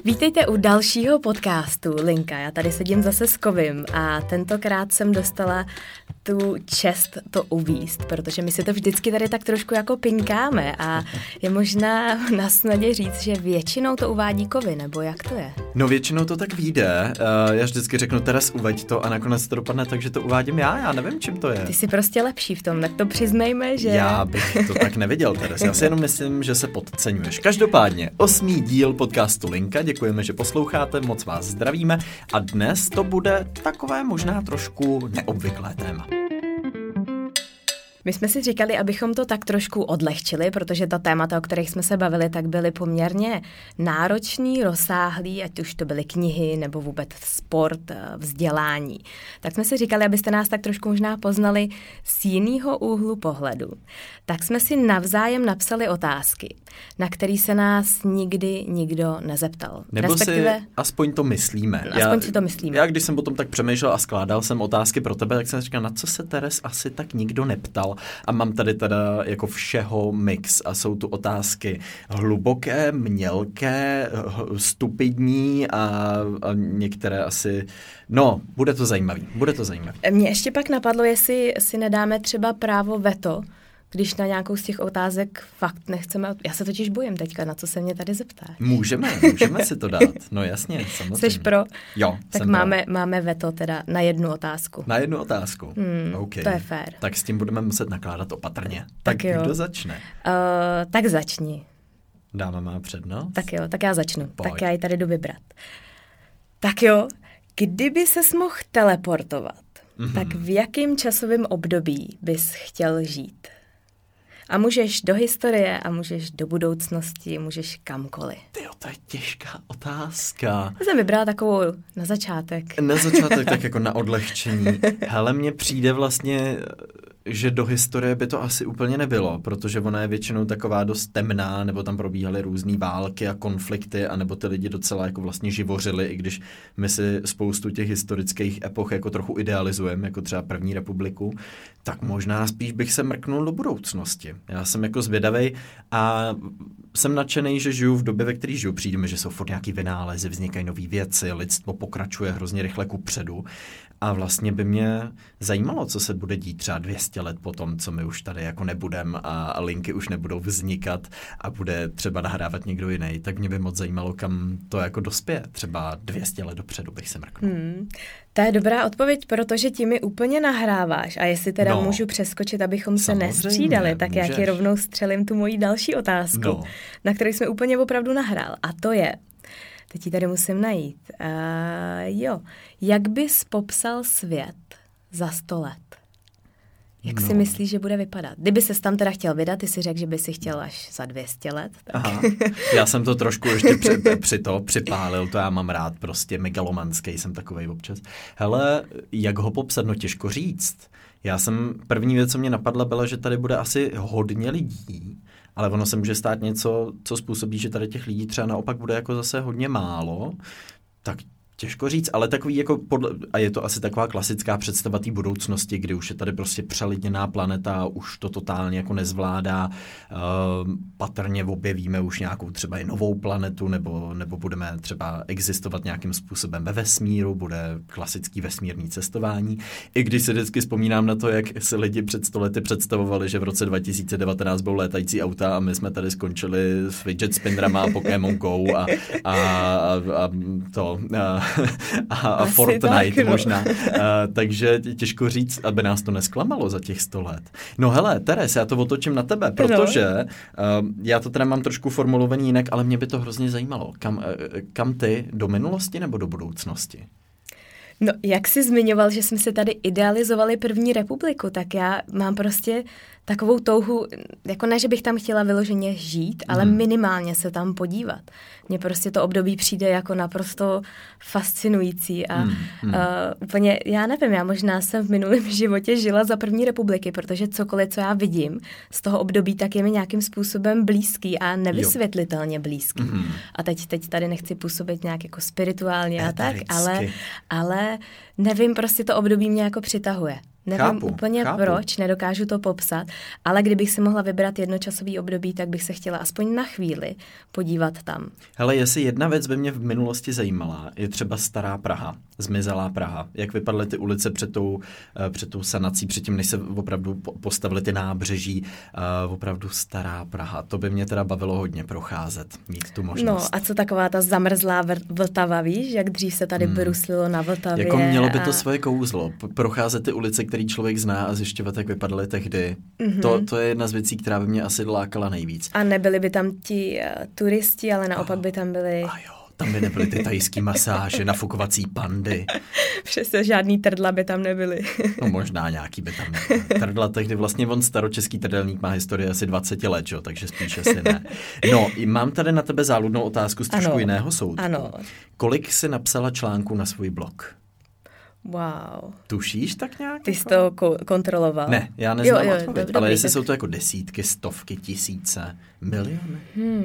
Vítejte u dalšího podcastu Linka. Já tady sedím zase s Kovim a tentokrát jsem dostala tu čest to uvízt, protože my si to vždycky tady tak trošku jako pinkáme a je možná na snadě říct, že většinou to uvádí Kovy, nebo jak to je? No většinou to tak vyjde. Já vždycky řeknu, Teres, uveď to a nakonec to dopadne tak, že to uvádím já nevím, čím to je. Ty jsi prostě lepší v tom, tak to přiznejme, že... Já bych to tak neviděl, Teres. Já si jenom myslím, že se podceňuješ. Každopádně, 8. díl podcastu Linka, děkujeme, že posloucháte, moc vás zdravíme a dnes to bude takové možná trošku neobvyklé téma. My jsme si říkali, abychom to tak trošku odlehčili, protože ta témata, o kterých jsme se bavili, tak byly poměrně náročný, rozsáhlý, ať už to byly knihy nebo vůbec sport, vzdělání. Tak jsme si říkali, abyste nás tak trošku možná poznali z jiného úhlu pohledu. Tak jsme si navzájem napsali otázky, na který se nás nikdy nikdo nezeptal. Nebo si aspoň to myslíme. Aspoň si to myslíme. Já když jsem o tom tak přemýšlel a skládal jsem otázky pro tebe, tak jsem říkal, na co se Teres asi tak nikdo neptal. A mám tady teda jako všeho mix a jsou tu otázky hluboké, mělké, stupidní a některé asi... No, bude to zajímavý. Mně ještě pak napadlo, jestli si nedáme třeba právo veto, když na nějakou z těch otázek fakt nechceme... Já se totiž bojím teďka, na co se mě tady zeptáš. Můžeme si to dát. No jasně, samozřejmě. Jsi pro? Jo, tak máme veto teda na jednu otázku. Na jednu otázku? Okay. To je fér. Tak s tím budeme muset nakládat opatrně. Tak kdo začne? Tak začni. Dáma má přednost? Tak jo, tak já začnu. Pojď. Tak já ji tady jdu vybrat. Tak jo, kdyby ses mohl teleportovat, tak v jakém časovém období bys chtěl žít? A můžeš do historie, a můžeš do budoucnosti, můžeš kamkoliv. Tyjo, to je těžká otázka. Já jsem vybrala takovou na začátek. Na začátek tak jako na odlehčení. Hele, mně přijde vlastně, že do historie by to asi úplně nebylo, protože ona je většinou taková dost temná, nebo tam probíhaly různý války a konflikty, anebo ty lidi docela jako vlastně živořili, i když my si spoustu těch historických epoch jako trochu idealizujeme, jako třeba první republiku, tak možná spíš bych se mrknul do budoucnosti. Já jsem jako zvědavej a jsem nadšenej, že žiju v době, ve které žiju. Přijde mi, že jsou furt nějaký vynálezy, vznikají nové věci, lidstvo pokračuje hrozně rychle kupředu. A vlastně by mě zajímalo, co se bude dít třeba 200 let potom, co my už tady jako nebudem a linky už nebudou vznikat a bude třeba nahrávat někdo jiný. Tak mě by moc zajímalo, kam to jako dospěje. Třeba 200 let dopředu bych se mrknul. To je dobrá odpověď, protože ti mi úplně nahráváš. A jestli teda můžu přeskočit, abychom se nestřídali, tak můžeš. Já ti rovnou střelím tu moji další otázku, na kterou jsme úplně opravdu nahrál. A to je... Teď ji tady musím najít. Jak bys popsal svět za 100 let? Jak si myslíš, že bude vypadat? Kdyby ses tam teda chtěl vydat, ty si řekl, že by si chtěl až za 200 let. Tak. Aha, já jsem to trošku ještě připálil, to já mám rád, prostě megalomanský jsem takovej občas. Hele, jak ho popsat, no těžko říct. První věc, co mě napadla, byla, že tady bude asi hodně lidí, ale ono se může stát něco, co způsobí, že tady těch lidí třeba naopak bude jako zase hodně málo, tak těžko říct, ale takový jako a je to asi taková klasická představa té budoucnosti, kdy už je tady prostě přelidněná planeta, už to totálně jako nezvládá, patrně objevíme už nějakou třeba i novou planetu, nebo budeme třeba existovat nějakým způsobem ve vesmíru, bude klasický vesmírný cestování. I když si vždycky vzpomínám na to, jak si lidi před 100 lety představovali, že v roce 2019 budou létající auta a my jsme tady skončili s fidget spinnerama a Pokémon Go a Fortnite tak, možná. Takže těžko říct, aby nás to nesklamalo za těch 100 let. No hele, Teres, já to otočím na tebe, protože já to teda mám trošku formulovaný jinak, ale mě by to hrozně zajímalo. Kam ty? Do minulosti nebo do budoucnosti? No, jak jsi zmiňoval, že jsme se tady idealizovali první republiku, tak já mám prostě takovou touhu, jako ne, že bych tam chtěla vyloženě žít, ale minimálně se tam podívat. Mně prostě to období přijde jako naprosto fascinující a úplně, já nevím, já možná jsem v minulém životě žila za první republiky, protože cokoliv, co já vidím z toho období, tak je mi nějakým způsobem blízký a nevysvětlitelně blízký. A teď tady nechci působit nějak jako spirituálně a tak, ale nevím, prostě to období mě jako přitahuje. Nevím úplně proč, nedokážu to popsat, ale kdybych si mohla vybrat jedno časové období, tak bych se chtěla aspoň na chvíli podívat tam. Hele, jestli jedna věc by mě v minulosti zajímala, je třeba stará Praha, zmizelá Praha. Jak vypadaly ty ulice před tou sanací, předtím, než se opravdu postavily ty nábřeží, opravdu stará Praha. To by mě teda bavilo hodně procházet, mít tu možnost. No a co taková ta zamrzlá Vltava, víš, jak dřív se tady bruslilo na Vltavě. Jako mělo by to svoje kouzlo, procházet ty ulice, který člověk zná a zjišťovat, jak vypadaly tehdy. To je jedna z věcí, která by mě asi lákala nejvíc. A nebyli by tam ti turisti, ale naopak by tam byli... A jo, tam by nebyly ty thajský masáže, nafukovací pandy. Přesně, žádný trdla by tam nebyly. No možná nějaký by tam nebyly. Trdla tehdy, vlastně on staročeský trdelník má historii asi 20 let, jo, takže spíš asi ne. No, mám tady na tebe záludnou otázku z trošku jiného soudku. Ano. Kolik jsi napsala článků na svůj blog? Wow. Tušíš tak nějak? Ty jsi to kontroloval? Ne, já neznám odpověď, dobrý, ale jestli jsou to jako desítky, stovky, tisíce, miliony?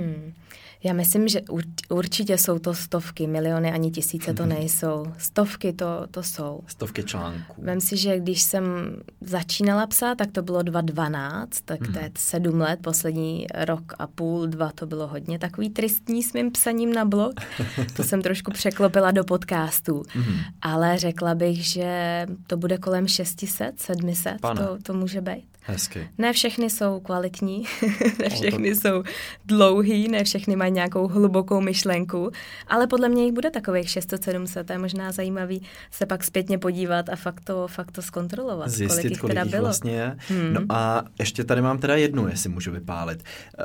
Já myslím, že určitě jsou to stovky, miliony ani tisíce to nejsou. Stovky to jsou. Stovky článků. Vem si, že když jsem začínala psát, tak to bylo 2012, tak to je 7 let, poslední rok a půl, 2 to bylo hodně takový tristní s mým psaním na blog. To jsem trošku překlopila do podcastů. Ale řekla bych, že to bude kolem 600, 700, to může být. Hezky. Ne všechny jsou kvalitní, ne všechny jsou dlouhý, ne všechny mají nějakou hlubokou myšlenku, ale podle mě jich bude takových 600-700, to je možná zajímavý se pak zpětně podívat a fakt to zkontrolovat, zjistit, kolik jich bylo. Vlastně je. No a ještě tady mám teda jednu, jestli můžu vypálit.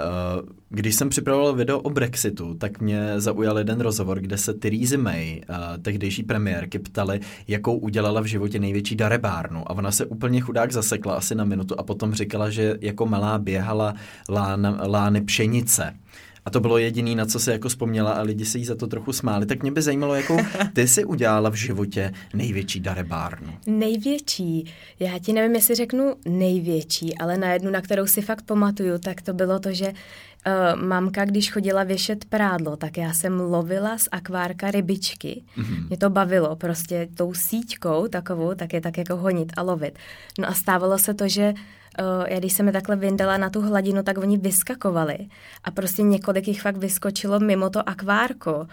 Když jsem připravoval video o Brexitu, tak mě zaujal jeden rozhovor, kde se Theresa May, tehdejší premiérky, ptali, jakou udělala v životě největší darebárnu. A ona se úplně chudák zasekla asi na minutu a potom říkala, že jako malá běhala lány pšenice. A to bylo jediné, na co se jako vzpomněla a lidi se jí za to trochu smáli. Tak mě by zajímalo, jakou ty si udělala v životě největší darebárnu. Největší? Já ti nevím, jestli řeknu největší, ale na jednu, na kterou si fakt pamatuju, tak to bylo to, že mamka, když chodila věšet prádlo, tak já jsem lovila z akvárka rybičky. Mě to bavilo prostě tou síťkou takovou, tak je tak jako honit a lovit. No a stávalo se to, že já když jsem je takhle vyndala na tu hladinu, tak oni vyskakovali a prostě několik jich fakt vyskočilo mimo to akvárko.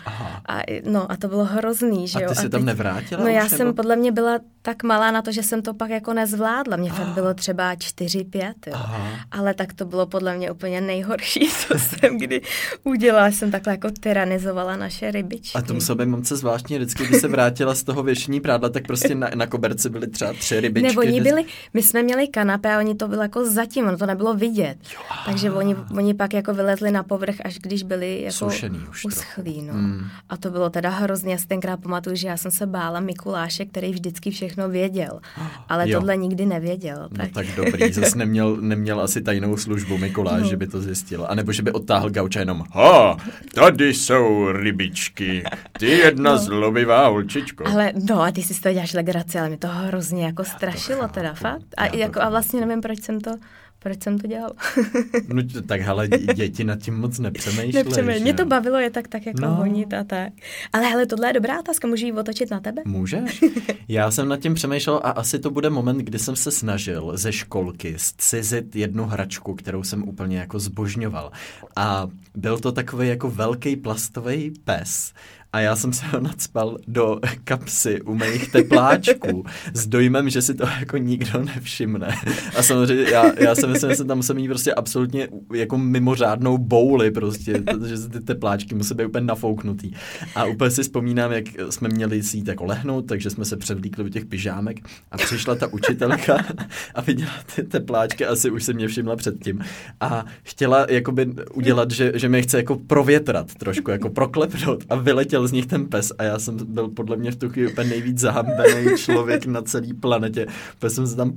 A to bylo hrozný, že jo. A ty jsi tam nevrátila? No já jsem podle mě byla tak malá na to, že jsem to pak jako nezvládla. Mně fakt bylo třeba 4-5, jo. Ale tak to bylo podle mě úplně nejhorší, co jsem kdy udělala. Jsem takhle jako tyranizovala naše rybičky. A to muselo by mamce zvláštně vždycky, když se vrátila z toho věšení prádla, tak prostě na koberci byly třeba 3 rybičky. Nebo oni byli, my jsme měli kanapé a oni to bylo jako zatím, ono to nebylo vidět. Takže oni pak jako vylezli na povrch, až když byli jako uschlí. No. A to bylo teda hrozně. Já si tenkrát pamatuju, že já jsem se bála Mikuláše, který vždycky všechno věděl. Ale tohle nikdy nevěděl. Tak. No tak dobrý, zase neměl asi tajnou službu Mikuláš, že by to zjistil. A nebo že by odtáhl gauča jenom tady jsou rybičky, ty jedna zlobivá holčičko. Ale a ty si z toho děláš legraci, ale mě to hrozně jako strašilo teda fakt. A vlastně nevím, proč jsem to dělala. No tak hele, děti nad tím moc nepřemýšlej. Mě to bavilo je tak jako honit a tak. Ale hele, tohle je dobrá otázka, můžu ji otočit na tebe? Můžeš. Já jsem nad tím přemýšlel a asi to bude moment, kdy jsem se snažil ze školky zcizit jednu hračku, kterou jsem úplně jako zbožňoval. A byl to takový jako velký plastový pes. A já jsem se ho nacpal do kapsy u mých tepláčků s dojmem, že si to jako nikdo nevšimne. A samozřejmě já si myslím, že tam musím mít prostě absolutně jako mimořádnou bouli prostě, protože ty tepláčky musí být úplně nafouknutý. A úplně si vzpomínám, jak jsme měli si jít jako lehnout, takže jsme se převlíkli do těch pyžámek a přišla ta učitelka a viděla ty tepláčky, asi už se mě všimla předtím. A chtěla jakoby udělat, že mě chce jako provětrat trošku, jako proklepnout a vyletěl z nich ten pes a já jsem byl podle mě v tu chvíli úplně nejvíc zahambený člověk na celé planetě. Protože jsem se tam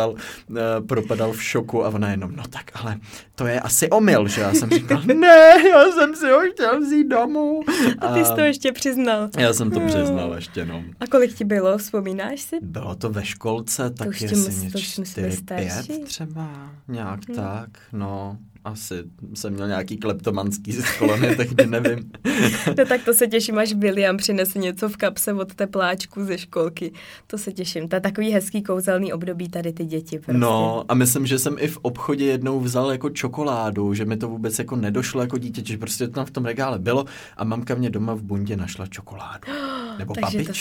propadal v šoku a ona jenom, no tak, ale to je asi omyl, že já jsem říkal, ne, já jsem si ho chtěl vzít domů. A ty jsi to ještě přiznal. Já jsem to přiznal ještě, no. A kolik ti bylo, vzpomínáš si? Bylo to ve školce, tak jestli 4-5 třeba, nějak tak, no. asi jsem měl nějaký kleptomanský sklony, tehdy nevím. No tak to se těším, až William přinese něco v kapse od tepláčku ze školky. To se těším. To je takový hezký kouzelný období tady ty děti. Prostě. No a myslím, že jsem i v obchodě jednou vzal jako čokoládu, že mi to vůbec jako nedošlo jako dítě, že prostě to tam v tom regále bylo a mamka mě doma v bundě našla čokoládu. Nebo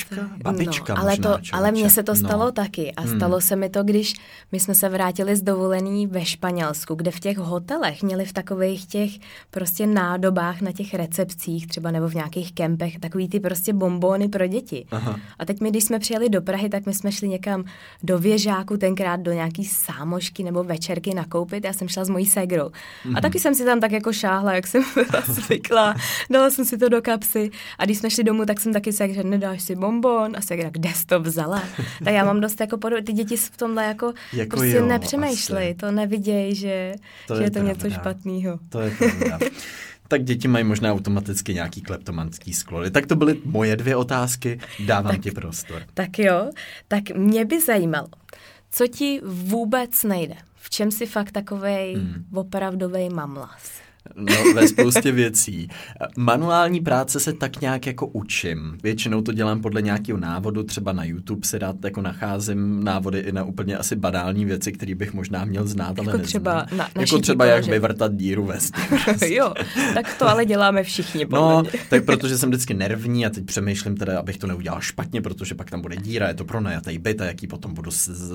babička no, možná. Ale mně se to stalo taky a stalo se mi to, když my jsme se vrátili z dovolení ve Španělsku, kde v těch hotelech měli v takových těch prostě nádobách na těch recepcích třeba nebo v nějakých kempech takový ty prostě bonbóny pro děti. Aha. A teď my, když jsme přijeli do Prahy, tak my jsme šli někam do Věžáku, tenkrát do nějaký sámošky nebo večerky nakoupit. Já jsem šla s mojí ségrou. A taky jsem si tam tak jako šáhla, jak jsem byla zvyklá. Dala jsem si to do kapsy a když jsme šli domů, tak jsem taky ségře, nedáš si bonbon? A ségra, kde jsi to vzala? Tak já mám dost jako ty děti v tomhle jako prostě jo, nepřemýšlej, to neviděj, že je to něco špatného. To je pravda. Tak děti mají možná automaticky nějaký kleptomanský sklony. Tak to byly moje 2 otázky, dávám ti prostor. Tak jo, tak mě by zajímalo, co ti vůbec nejde? V čem jsi fakt takovej opravdovej mamlas? No, ve spoustě věcí. Manuální práce se tak nějak jako učím. Většinou to dělám podle nějakého návodu, třeba na YouTube se rád jako nacházím návody i na úplně asi banální věci, které bych možná měl znát, ale neznám. Třeba jako třeba jak vyvrtat díru ve zdi. Jo, tak to ale děláme všichni. No, tak protože jsem vždycky nervní a teď přemýšlím teda, abych to neudělal špatně, protože pak tam bude díra, je to pronajatý byt a jaký potom budu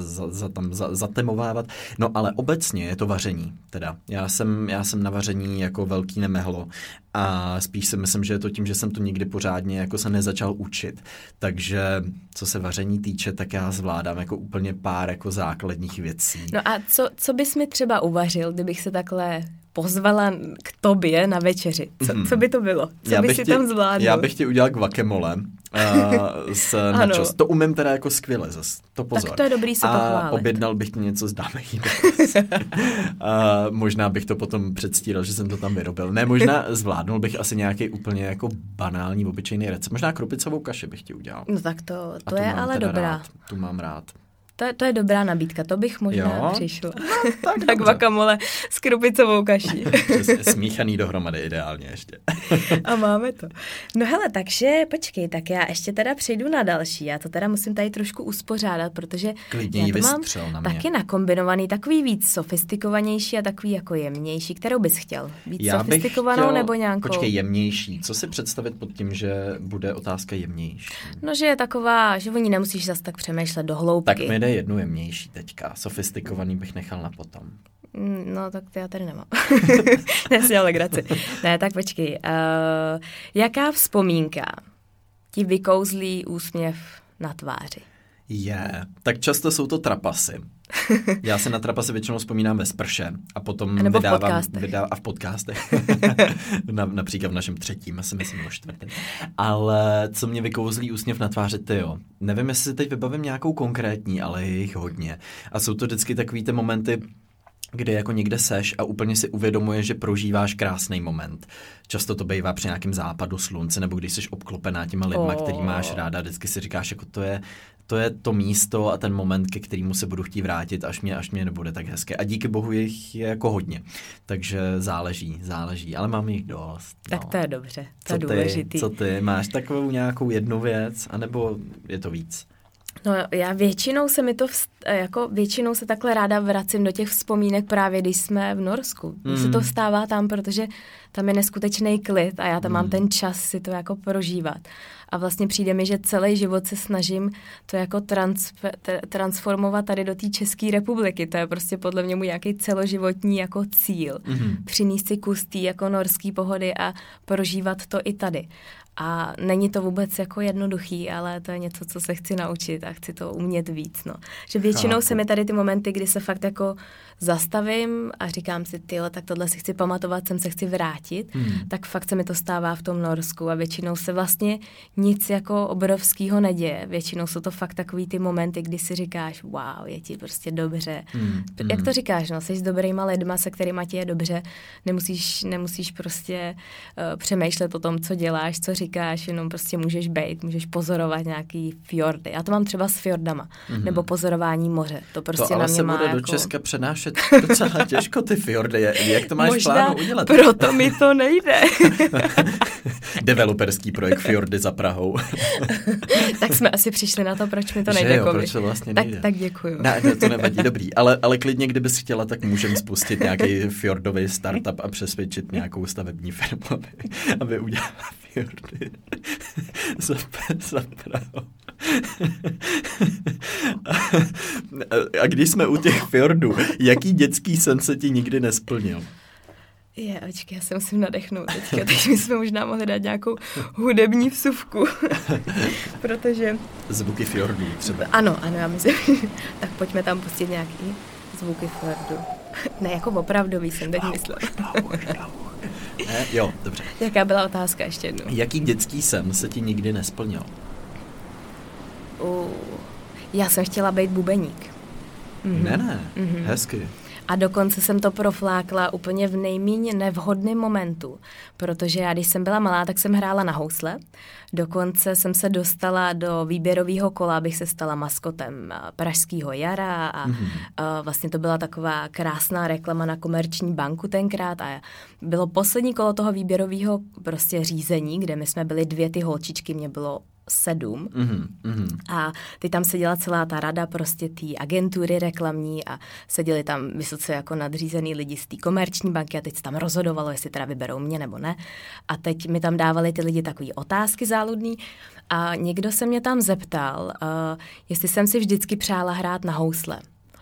tam zatemovávat. No, ale obecně je to vaření. Teda já jsem na vaření jako velký nemehlo a spíš si myslím, že je to tím, že jsem to nikdy pořádně jako se nezačal učit. Takže co se vaření týče, tak já zvládám jako úplně pár jako základních věcí. No a co bys mi třeba uvařil, kdybych se takhle pozvala k tobě na večeři? Co by to bylo? Co bys si tam zvládl? Já bych ti udělal guacamole s nachos. To umím teda jako skvěle zas. To pozor. Tak to je dobrý se pochválit. A objednal bych ti něco z Dáme jídlo. Možná bych to potom předstíral, že jsem to tam vyrobil. Ne, možná zvládnul bych asi nějaký úplně jako banální, obyčejný recept. Možná krupicovou kaši bych ti udělal. No tak to je ale dobrá. Rád. Tu mám rád. To je dobrá nabídka, to bych možná přišla. No, tak guacamole s krupicovou kaší. Smíchaný dohromady ideálně ještě. A máme to. No hele, takže počkej, tak já ještě teda přejdu na další. Já to teda musím tady trošku uspořádat, protože klidně já to mám na taky nakombinovaný, takový víc sofistikovanější a takový jako jemnější. Kterou bys chtěl? Víc sofistikovanou nebo nějakou? Počkej, jemnější. Co si představit pod tím, že bude otázka jemnější? No, že je taková, že o ní nemusíš zas tak přemýšlet do hloubky. Tak mi jde jednu jemnější teďka. Sofistikovaný bych nechal na potom. No, tak to já tady nemám. Nesměl legraci. Ne, tak počkej. Jaká vzpomínka ti vykouzlí úsměv na tváři? Tak často jsou to trapasy. Já se na trapasy většinou vzpomínám ve sprše a potom vydávám v podcastech. Například v našem 3., asi myslím o 4. Ale co mě vykouzlí úsměv na tváři, tyjo. Nevím, jestli si teď vybavím nějakou konkrétní, ale je jich hodně. A jsou to vždycky takový ty momenty, kde jako někde seš a úplně si uvědomuješ, že prožíváš krásný moment. Často to bývá při nějakém západu slunce, nebo když jsi obklopená těma lidma, který máš ráda, vždycky si říkáš, jako to je to místo a ten moment, ke kterému se budu chtít vrátit, až mě nebude tak hezké. A díky bohu jich je jako hodně. Takže záleží, ale mám jich dost. No. Tak to je dobře, to je důležitý. Co ty? Máš takovou nějakou jednu věc, anebo je to víc? No já většinou se takhle ráda vracím do těch vzpomínek právě, když jsme v Norsku. Mně se to stává tam, protože tam je neskutečný klid a já tam mám ten čas si to jako prožívat. A vlastně přijde mi, že celý život se snažím to jako transformovat tady do té České republiky. To je prostě podle mě můj nějaký celoživotní jako cíl. Přinést si kus té jako norský pohody a prožívat to i tady. A není to vůbec jako jednoduchý, ale to je něco, co se chci naučit a chci to umět víc, no. Že většinou se mi tady ty momenty, kdy se fakt jako zastavím a říkám si, tyhle, tak tohle si chci pamatovat, sem se chci vrátit, tak fakt se mi to stává v tom Norsku a většinou se vlastně nic jako obrovského neděje. Většinou jsou to fakt takový ty momenty, kdy si říkáš, wow, je ti prostě dobře. Jak to říkáš, no, jsi s dobrýma lidma, se kterýma ti je dobře, nemusíš prostě přemýšlet o tom, co děláš, co říkáš, jenom prostě můžeš bejt, můžeš pozorovat nějaký fjordy. Já to mám třeba s fjordama, nebo pozorování moře. To prostě to na mě se má bude jako... do Česka přenášet docela těžko ty fjordy. Jak to máš v Možná plánu udělat? proto mi to nejde. Developerský projekt Fjordy za Prahou. Tak jsme asi přišli na to, proč mi to nejde. Že jo, proč to vlastně nejde. Tak děkuju. Ne, to nevadí, dobrý. Ale klidně, kdybys chtěla, tak můžem spustit nějaký fjordový startup a přesvědčit nějakou stavební firmu, aby udělala fjordy za Prahou. A když jsme u těch fjordů, jaký dětský sen se ti nikdy nesplnil? Očkej, já se musím nadechnout teďka, takže bychom možná mohli dát nějakou hudební vsuvku, protože... Zvuky fjordů třeba. Ano, já myslím, tak pojďme tam pustit nějaký zvuky fjordu. Ne, jako opravdový jsem teď myslel. Ne, jo, dobře. Jaká byla otázka ještě jednou? Jaký dětský sen se ti nikdy nesplnil? Já jsem chtěla být bubeník. Ne, hezky. A dokonce jsem to proflákla úplně v nejméně nevhodném momentu, protože já, když jsem byla malá, tak jsem hrála na housle. Dokonce jsem se dostala do výběrového kola, abych se stala maskotem Pražského jara a vlastně to byla taková krásná reklama na Komerční banku tenkrát a bylo poslední kolo toho výběrového prostě řízení, kde my jsme byli 2 ty holčičky, mě bylo 7 a teď tam seděla celá ta rada prostě té agentury reklamní a seděli tam vysoce jako nadřízený lidi z té Komerční banky a teď se tam rozhodovalo, jestli teda vyberou mě nebo ne. A teď mi tam dávali ty lidi takový otázky záludný a někdo se mě tam zeptal, jestli jsem si vždycky přála hrát na housle.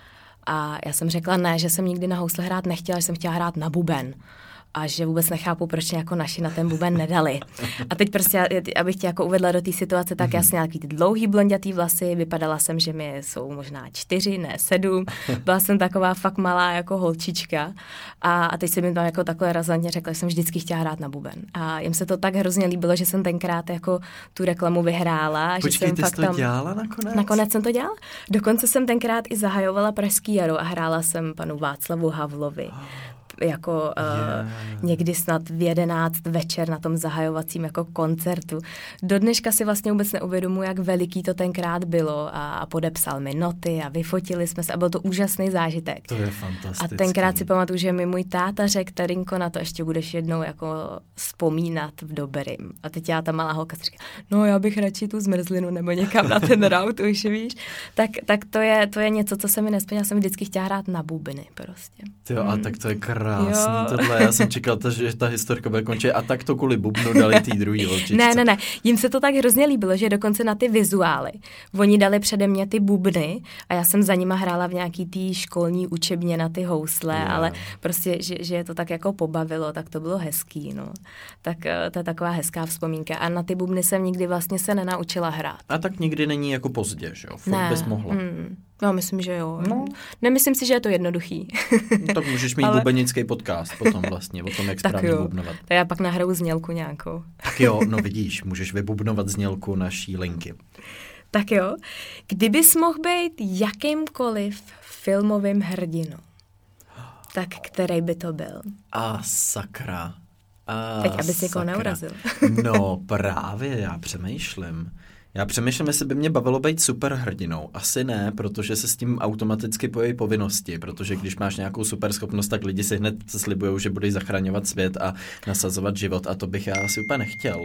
A já jsem řekla ne, že jsem nikdy na housle hrát nechtěla, že jsem chtěla hrát na buben. A že vůbec nechápu, proč jako naši na ten buben nedali. A teď prostě, abych tě jako uvedla do té situace, tak já jsem měla ty dlouhý blondětý vlasy, vypadala jsem, že mi jsou možná 4, ne 7. Byla jsem taková fakt malá jako holčička. A teď jsem mi tam jako takhle razantně řekla, že jsem vždycky chtěla hrát na buben. A jim se to tak hrozně líbilo, že jsem tenkrát jako tu reklamu vyhrála. Počkej, že jsem ty fakt jsi to dělala nakonec? Nakonec jsem to dělala. Dokonce jsem tenkrát i zahajovala Pražský jaro a hrála jsem panu Václavu Havlovi. Jako někdy snad v 11 večer na tom zahajovacím jako koncertu. Do dneška si vlastně vůbec neuvědomuji, jak veliký to tenkrát bylo a podepsal mi noty a vyfotili jsme se a byl to úžasný zážitek. To je fantastické. A tenkrát si pamatuju, že mi můj táta řekl, Tarinko, na to ještě budeš jednou jako vzpomínat v dobrým. A teď já ta malá holka si říká, no já bych radši tu zmrzlinu nebo někam na ten raut, už víš. Tak to je něco, co se mi nesplnilo. Já jsem vždycky chtěla hrát na bubny prostě. Jo, a tak to je krásný tohle. Já jsem čekal, že ta historka bude končit a tak to kvůli bubnu dali tý druhý holčičce. Ne. Jim se to tak hrozně líbilo, že dokonce na ty vizuály. Oni dali přede mě ty bubny a já jsem za nima hrála v nějaký tý školní učebně na ty housle, ale prostě, že je to tak jako pobavilo, tak to bylo hezký, no. Tak to je taková hezká vzpomínka. A na ty bubny jsem nikdy vlastně se nenaučila hrát. A tak nikdy není jako pozdě, že jo? Furt bys mohla. No, myslím, že jo. No. Nemyslím si, že je to jednoduchý. No, tak můžeš mít bubenický podcast potom vlastně, o tom, jak správně bubnovat. Tak já pak nahraju znělku nějakou. Tak jo, no vidíš, můžeš vybubnovat znělku naší linky. Tak jo, kdybys mohl být jakýmkoliv filmovým hrdinou, tak který by to byl? Sakra. Teď, abys někoho neurazil. No právě, já přemýšlím, jestli by mě bavilo být superhrdinou. Asi ne, protože se s tím automaticky pojí povinnosti, protože když máš nějakou superschopnost, tak lidi si hned slibujou, že budeš zachraňovat svět a nasazovat život a to bych já asi úplně nechtěl.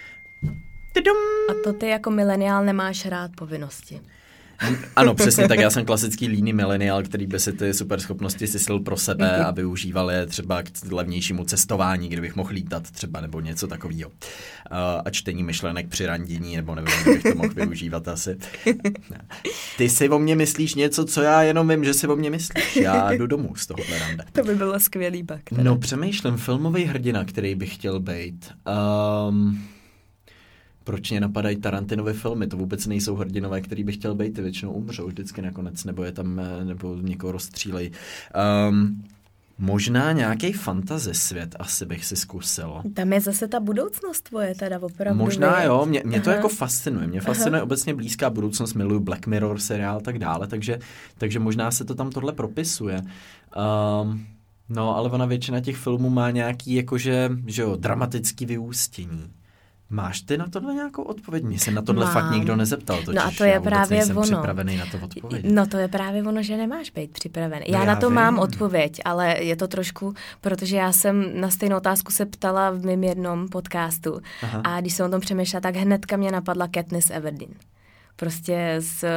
A to ty jako mileniál nemáš rád povinnosti. Ano, přesně tak. Já jsem klasický líný mileniál, který by si ty superschopnosti syslil pro sebe a využíval je třeba k levnějšímu cestování, kdybych mohl lítat třeba nebo něco takového. A čtení myšlenek při randění, nebo nevím, kdybych to mohl využívat asi. Ty si o mě myslíš něco, co já jenom vím, že si o mě myslíš. Já jdu domů z tohohle rande. To by bylo skvělý pak. Teda. No, přemýšlím, filmový hrdina, který bych chtěl být. Proč mě napadají Tarantinovy filmy? To vůbec nejsou hrdinové, který bych chtěl být. Ty většinou umřou vždycky nakonec, nebo je tam, nebo někoho rozstřílejí. Možná nějaký fantasy svět asi bych si zkusil. Tam je zase ta budoucnost tvoje teda opravdu. Možná jo, mě to jako fascinuje. Mě fascinuje obecně blízká budoucnost, miluju Black Mirror seriál a tak dále, takže možná se to tam tohle propisuje. No, ale ona většina těch filmů má nějaký jakože, že jo, dramatický vyústění. Máš ty na tohle nějakou odpověď? Mě se na tohle fakt nikdo nezeptal, totiž no a to je já právě nejsem ono. připravený na to odpovědět. No to je právě ono, že nemáš být připravený. Já na to vím. mám odpověď, ale je to trošku, protože já jsem na stejnou otázku se ptala v mém jednom podcastu. Aha. A když jsem o tom přemýšlela, tak hnedka mě napadla Katniss Everdeen. Prostě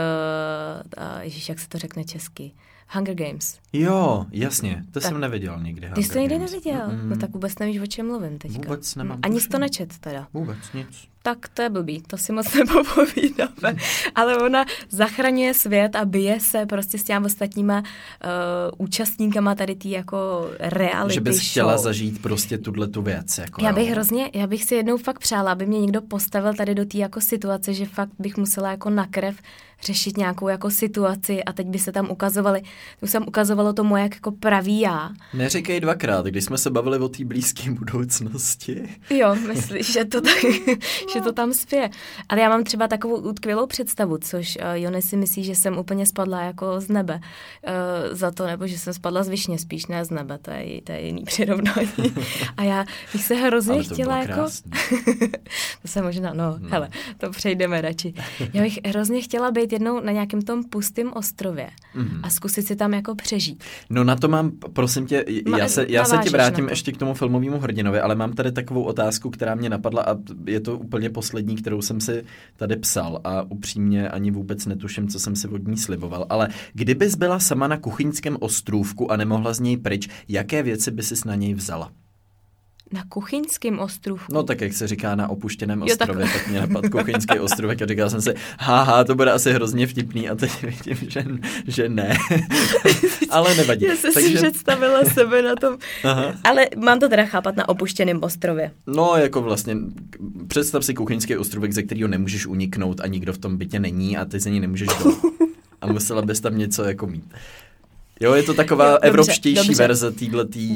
ježíš, jak se to řekne česky? Hunger Games. Jo, jasně, to jsem neviděl nikdy. Ty jsi to nikdy neviděl? No tak vůbec nevíš, o čem mluvím teďka. Vůbec nemám. Ani jsi to nečet teda. Vůbec nic. Tak to je blbý, to si moc nepopovídáme. Ale ona zachraňuje svět a bije se prostě s těmi ostatníma účastníkama tady tý jako reality show. Že bys show. chtěla zažít prostě tu věc. Jako, já bych si jednou fakt přála, aby mě někdo postavil tady do té jako situace, že fakt bych musela jako na krev řešit nějakou jako situaci a teď by se tam ukazovalo to moje jako pravý já. Neříkej dvakrát, když jsme se bavili o té blízké budoucnosti. Jo, myslíš, že to tam spěje. Ale já mám třeba takovou utkvělou představu, což Jony si myslí, že jsem úplně spadla jako z nebe za to, nebo že jsem spadla z višně, spíš ne z nebe, to je jiný přirovnání. A já bych se hrozně chtěla jako... To se možná, hele, to přejdeme radši. Já bych hrozně chtěla být jednou na nějakém tom pustém ostrově a zkusit si tam jako přežít. No na to mám, prosím tě, já se ti vrátím ještě k tomu filmovému hrdinovi, ale mám tady takovou otázku, která mě napadla a je to úplně poslední, kterou jsem si tady psal a upřímně ani vůbec netuším, co jsem si od ní sliboval, ale kdybys byla sama na kuchyňském ostrůvku a nemohla z něj pryč, jaké věci by sis na něj vzala? Na kuchyňském ostrůvku? No tak, jak se říká na opuštěném ostrově, tak mě napadl kuchyňský ostrůvek a říkal jsem si, to bude asi hrozně vtipný a teď vidím, že ne. Ale nevadí. Já jsem si představila sebe na tom. Aha. Ale mám to teda chápat na opuštěném ostrově. No jako vlastně, představ si kuchyňský ostrovek, ze kterého nemůžeš uniknout a nikdo v tom bytě není a ty ze ní nemůžeš jít. A musela bys tam něco jako mít. Jo, je to taková evropštější verze týhletý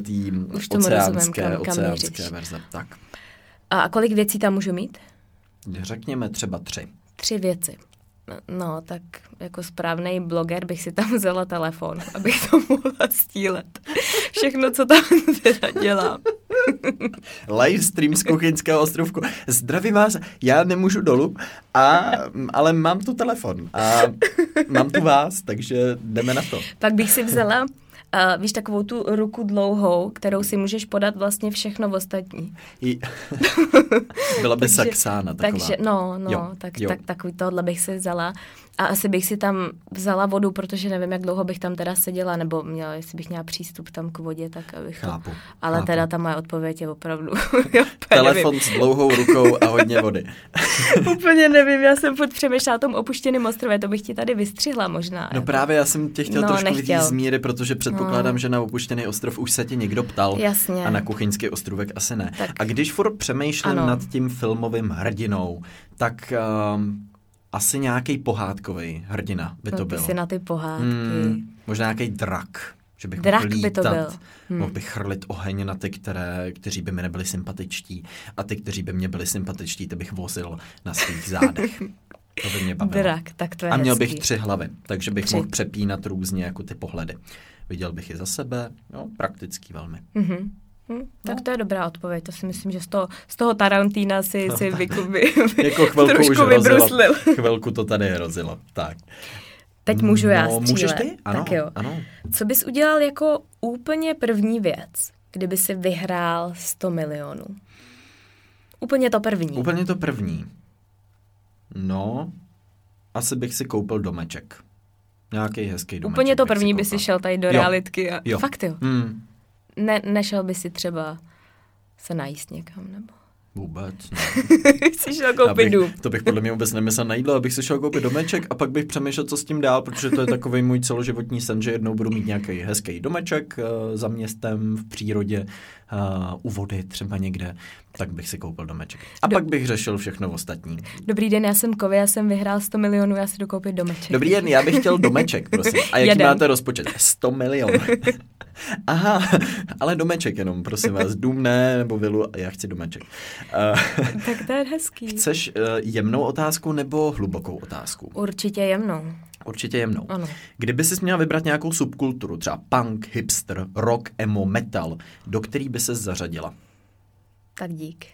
oceánské verze. Tak. A kolik věcí tam můžu mít? Řekněme třeba 3. 3 věci. No, tak jako správnej bloger bych si tam vzala telefon, abych to mohla stílet. Všechno, co tam teda dělám. Livestream z kuchyňského ostrovku. Zdravím vás, já nemůžu dolů, ale mám tu telefon a mám tu vás, takže jdeme na to. Pak bych si vzala, víš, takovou tu ruku dlouhou, kterou si můžeš podat vlastně všechno ostatní. Byla by Saxána taková. Takže, tak takový tohle bych si vzala. A asi bych si tam vzala vodu, protože nevím, jak dlouho bych tam teda seděla, nebo jestli bych měla přístup tam k vodě, tak abych chápu. Ale teda ta moje odpověď je opravdu... Telefon s dlouhou rukou a hodně vody. Úplně nevím, já jsem furt přemýšlela o tom opuštěném ostrově, to bych ti tady vystřihla možná. No jako. Právě já jsem tě chtěl trošku vyjít z míry, protože předpokládám, že na opuštěný ostrov už se tě někdo ptal. Jasně. A na kuchyňský ostrovek asi ne. Tak. A když furt přemýšlím nad tím filmovým hrdinou, tak... asi nějaký pohádkový hrdina by to byl. Ty si na ty pohádky. Možná nějaký drak, že bych drak mohl lítat. By to byl. Mohl bych chrlit oheň na ty, kteří by mi nebyli sympatičtí a ty, kteří by mě byli sympatičtí, ty bych vozil na svých zádech. To by mě bavilo. Drak, tak to je a měl hezký. bych 3 hlavy, takže bych mohl přepínat různě jako ty pohledy. Viděl bych je za sebe, praktický velmi. Tak to je dobrá odpověď, to si myslím, že z toho Tarantína si jako chvilku už hrozilo. Chvilku to tady hrozilo. Tak. Teď můžu já střílet. Můžeš ty? Ano, tak jo. Ano. Co bys udělal jako úplně první věc, kdyby si vyhrál 100 milionů? Úplně to první. Úplně to první. No, asi bych si koupil domeček. Nějaký hezký domeček. Úplně to první by si šel tady do realitky. Jo. Fakt jo. Nešel by si třeba se najíst někam, nebo? Vůbec ne. Jsi šel koupit dům. To bych podle mě vůbec nemyslel na jídlo, abych si šel koupit domeček a pak bych přemýšlel, co s tím dál, protože to je takový můj celoživotní sen, že jednou budu mít nějaký hezký domeček za městem, v přírodě, u vody třeba někde, tak bych si koupil domeček. A pak bych řešil všechno ostatní. Dobrý den, já jsem Kovy, já jsem vyhrál 100 milionů, já si jdu koupit domeček. Dobrý den, já bych chtěl domeček, prosím. A jaký máte rozpočet? 100 milionů. Aha, ale domeček jenom, prosím vás, dům ne, nebo vilu, já chci domeček. Tak to je hezký. Chceš jemnou otázku nebo hlubokou otázku? Určitě jemnou. Určitě jemnou. Ano. Kdyby jsi měla vybrat nějakou subkulturu, třeba punk, hipster, rock, emo, metal, do který by ses zařadila? Tak dík.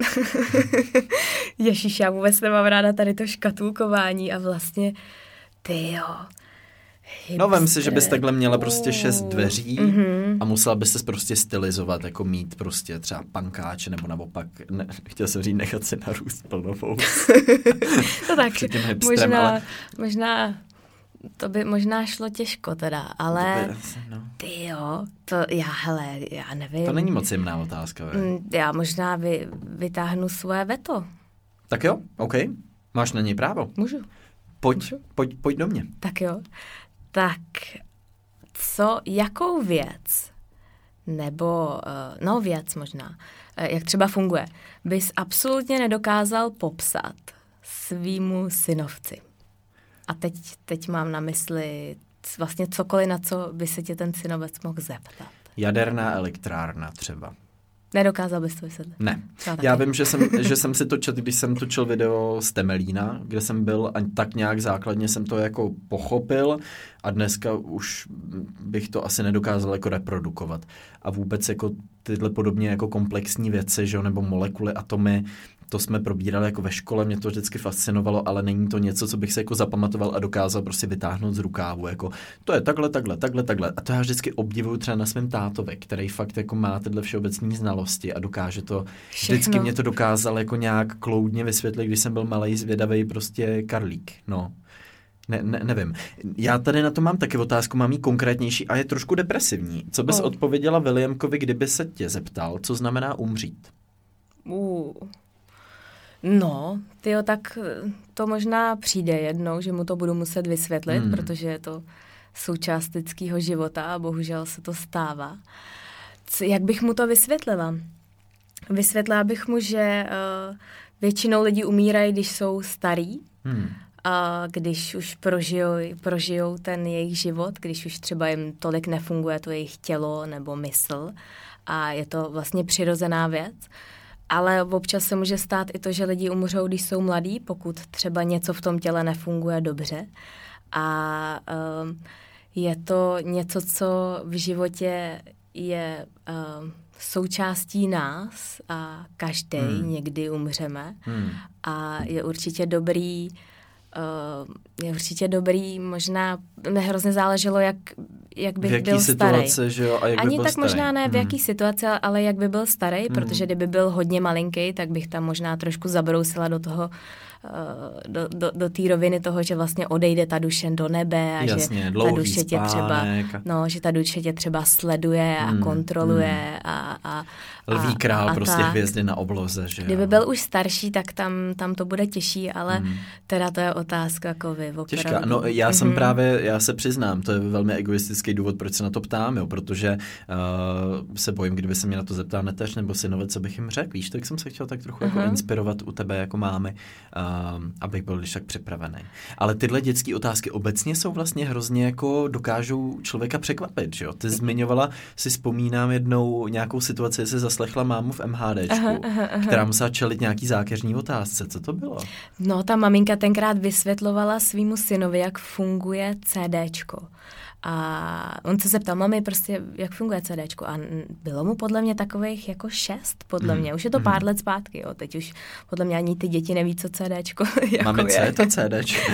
Ježíš, já vůbec nemám ráda tady to škatulkování a vlastně, tyjo. No vem si, že bys takhle měla prostě 6 dveří a musela bys se prostě stylizovat, jako mít prostě třeba pankáče nebo naopak, chtěl jsem říct, nechat si narůst plnovou. To tak, možná to by možná šlo těžko teda, ale tyjo, já nevím. To není moc jemná otázka. Já možná vytáhnu svoje veto. Tak jo, OK, máš na něj právo. Můžu. Pojď do mě. Tak jo. Tak, jakou věc, nebo, věc možná, jak třeba funguje, bys absolutně nedokázal popsat svýmu synovci. A teď mám na mysli vlastně cokoliv, na co by se tě ten synovec mohl zeptat. Jaderná elektrárna třeba. Nedokázal bys to vysvětlit? Ne. Já vím, že jsem si to četl, když jsem točil video z Temelína, kde jsem byl a tak nějak základně jsem to jako pochopil a dneska už bych to asi nedokázal jako reprodukovat. A vůbec jako tyhle podobně jako komplexní věci, že, nebo molekuly, atomy, to jsme probírali jako ve škole, mě to vždycky fascinovalo, ale není to něco, co bych se jako zapamatoval a dokázal prostě vytáhnout z rukávu, jako to je takhle. A to já vždycky obdivuju třeba na svém tátovi, který fakt jako má tyhle všeobecné znalosti a dokáže to, vždycky mě to dokázal jako nějak kloudně vysvětlit, když jsem byl malej, zvědavej prostě karlík, no. Nevím. Já tady na to mám taky otázku, mám jí konkrétnější a je trošku depresivní. Co bys odpověděla Williamkovi, kdyby se tě zeptal, co znamená umřít? No, tyjo, tak to možná přijde jednou, že mu to budu muset vysvětlit, protože je to součást lidského života a bohužel se to stává. Jak bych mu to vysvětlila? Vysvětlila bych mu, že většinou lidi umírají, když jsou starí, a když už prožijou ten jejich život, když už třeba jim tolik nefunguje to jejich tělo nebo mysl a je to vlastně přirozená věc. Ale občas se může stát i to, že lidi umřou, když jsou mladí, pokud třeba něco v tom těle nefunguje dobře. A je to něco, co v životě je součástí nás a každý někdy umřeme. A je určitě dobrý, možná mě hrozně záleželo, jak bych byl starý. Že jo, a jak Ani by byl tak starý. možná ne v jaký situaci, ale jak by byl starý, protože kdyby byl hodně malinký, tak bych tam možná trošku zabrousila do toho, do té roviny toho, že vlastně odejde ta duše do nebe a jasně, že ta duše tě třeba, že ta duše tě třeba sleduje a kontroluje a Lví král, prostě tak. Hvězdy na obloze, že kdyby byl už starší, tak tam to bude těžší, ale teda to je otázka jako vy. Těžká. No já se přiznám, to je velmi egoistický důvod, proč se na to ptám, jo, protože se bojím, kdyby se mě na to zeptal neteř nebo synovec, co bych jim řekl, víš, tak jsem se chtěl tak trochu jako inspirovat u tebe jako mámy, abych byl když tak připravený. Ale tyhle dětské otázky obecně jsou vlastně hrozně jako dokážou člověka překvapit, že jo. Ty zmiňovala, si vzpomínám jednou nějakou situaci, se zaslechla mámu v MHDčku, která musela čelit nějaký zákeřní otázce. Co to bylo? No, ta maminka tenkrát vysvětlovala svýmu synovi, jak funguje CDčko. A on se zeptal, mami, prostě, jak funguje CDčko. A bylo mu podle mě takových jako 6, podle mě. Už je to pár let zpátky, jo. Teď už podle mě ani ty děti neví, co CDčko jako mami, co je to CDčko?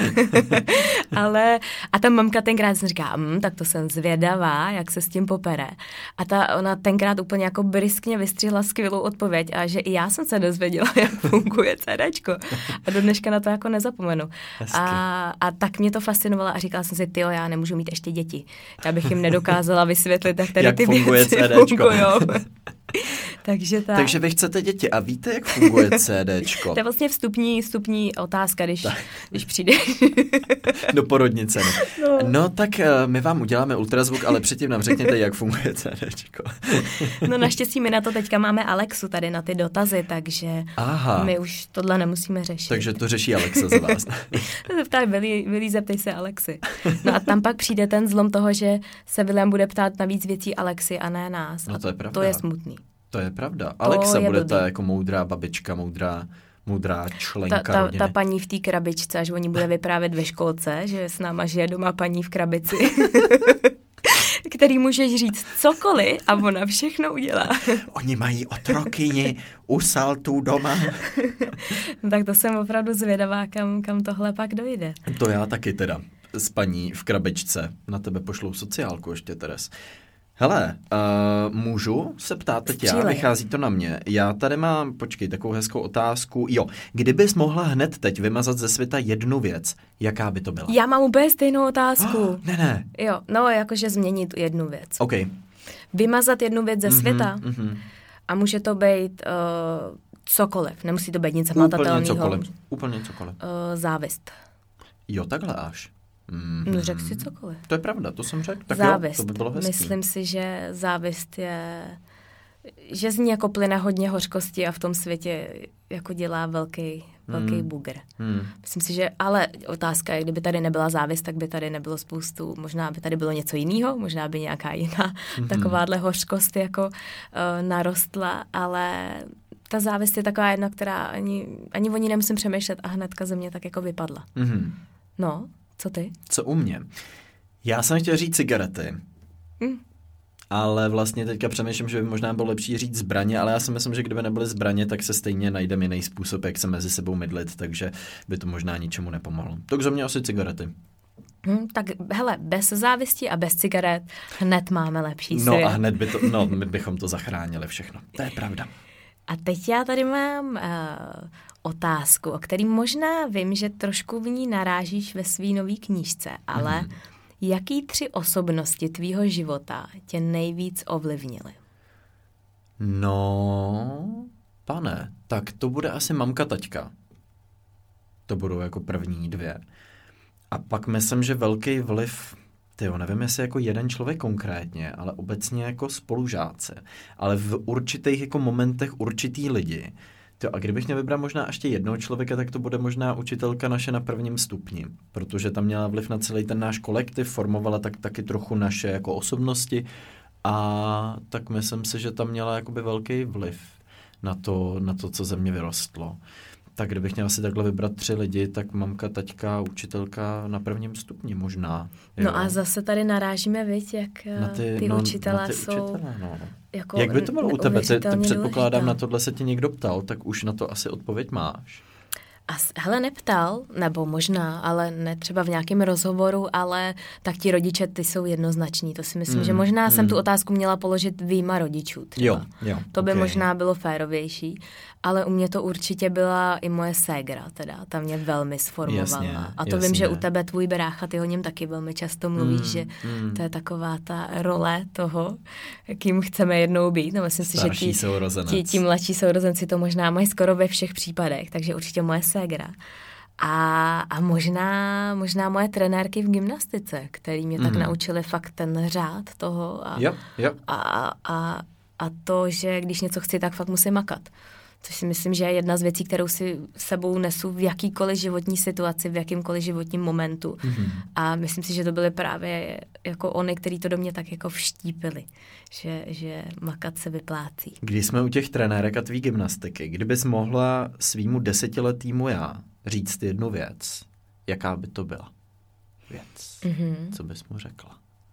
A ta mamka tenkrát jsem říká, tak to jsem zvědavá, jak se s tím popere. A ona tenkrát úplně jako briskně vystřihla skvělou odpověď a že i já jsem se dozvěděla, jak funguje CDčko. A do dneška na to jako nezapomenu. A tak mě to fascinovalo a říkala jsem si, tyjo, já nemůžu mít ještě děti. Já bych jim nedokázala vysvětlit, jak tady jak ty funguje věci CDčko. fungujou. Takže vy chcete děti a víte, jak funguje CDčko? To je vlastně vstupní otázka, když přijde. Do porodnice. No tak my vám uděláme ultrazvuk, ale předtím nám řekněte, jak funguje CDčko. No naštěstí my na to teďka máme Alexu tady na ty dotazy, takže my už tohle nemusíme řešit. Takže to řeší Alexa za vás. Willy, zeptej se Alexy. No a tam pak přijde ten zlom toho, že se William bude ptát na víc věcí Alexy a ne nás. No to je pravda. To je smutný. To je pravda. Alexa bude ta jako moudrá babička, moudrá členka rodiny. Ta paní v té krabičce, až o ní bude vyprávět ve školce, že s náma žije doma paní v krabici, který můžeš říct cokoliv a ona všechno udělá. Oni mají otrokyni u saltů doma. No, tak to jsem opravdu zvědavá, kam tohle pak dojde. To já taky teda. S paní v krabičce. Na tebe pošlou sociálku ještě, Teres. Hele, můžu se ptát teď já, vychází to na mě. Já tady mám, počkej, takovou hezkou otázku. Jo, kdybys mohla hned teď vymazat ze světa jednu věc, jaká by to byla? Já mám úplně stejnou otázku. Ne. Jo, no jakože změnit jednu věc. OK. Vymazat jednu věc ze světa a může to být cokoliv, nemusí to být nic hmatatelného. Úplně cokoliv. Závist. Jo, takhle až. No řekl si cokoliv. To je pravda, to jsem řekl. Tak závist. Jo, to by bylo hezký. Myslím si, že závist je, že z ní jako plyne hodně hořkosti a v tom světě jako dělá velký bugr. Myslím si, že, ale otázka je, kdyby tady nebyla závist, tak by tady nebylo spoustu, možná by tady bylo něco jiného, možná by nějaká jiná takováhle hořkost jako narostla, ale ta závist je taková jedna, která ani o ní nemusím přemýšlet a hnedka ze mě tak jako vypadla. No, co ty? Co u mě? Já jsem chtěl říct cigarety. Ale vlastně teďka přemýšlím, že by možná bylo lepší říct zbraně, ale já si myslím, že kdyby nebyly zbraně, tak se stejně najdeme jiný způsob, jak se mezi sebou mydlit, takže by to možná ničemu nepomohlo. Tak za mě asi cigarety. Tak hele, bez závisti a bez cigaret hned máme lepší svět. No a hned my bychom to zachránili všechno. To je pravda. A teď já tady mám otázku, o který možná vím, že trošku v ní narážíš ve svý nový knížce, ale jaký 3 osobnosti tvýho života tě nejvíc ovlivnily? No, pane, tak to bude asi mamka, taťka. To budou jako první 2. A pak myslím, že velký vliv, nevím, jestli jako jeden člověk konkrétně, ale obecně jako spolužáci. Ale v určitých jako momentech určitý lidi. A kdybych měl vybrat možná ještě jednoho člověka, tak to bude možná učitelka naše na 1. stupni, protože tam měla vliv na celý ten náš kolektiv, formovala taky trochu naše jako osobnosti a tak myslím si, že tam měla jakoby velký vliv na to, co ze mě vyrostlo. Tak kdybych měl si takhle vybrat 3 lidi, tak mamka, taťka, učitelka na 1. stupni možná. Jo. No a zase tady narážíme, viď, jak ty učitelé jsou... Jako jak by to bylo u tebe? Ty předpokládám, na tohle se ti někdo ptal, tak už na to asi odpověď máš. Hele, neptal, nebo možná, ale ne třeba v nějakém rozhovoru, ale tak ti rodiče, ty jsou jednoznační. To si myslím, že možná jsem tu otázku měla položit vyjma rodičů třeba. Jo, to by možná bylo férovější, ale u mě to určitě byla i moje ségra, teda. Ta mě velmi sformovala. A to vím, že u tebe tvůj brácha, ty o něm taky velmi často mluvíš, že to je taková ta role toho, kým chceme jednou být. No, myslím si, že ti mladší sourozenci to možná mají skoro ve všech případech, takže určitě moje ségra. A možná moje trenérky v gymnastice, který mě tak naučili fakt ten řád toho a to, že když něco chci, tak fakt musím makat. Což si myslím, že je jedna z věcí, kterou si sebou nesu v jakýkoliv životní situaci, v jakýmkoliv životním momentu. A myslím si, že to byly právě jako oni, kteří to do mě tak jako vštípili, že makat se vyplácí. Když jsme u těch trenérek a tvý gymnastiky, kdybys mohla svýmu 10letýmu já říct jednu věc, jaká by to byla věc? Co bys mu řekla?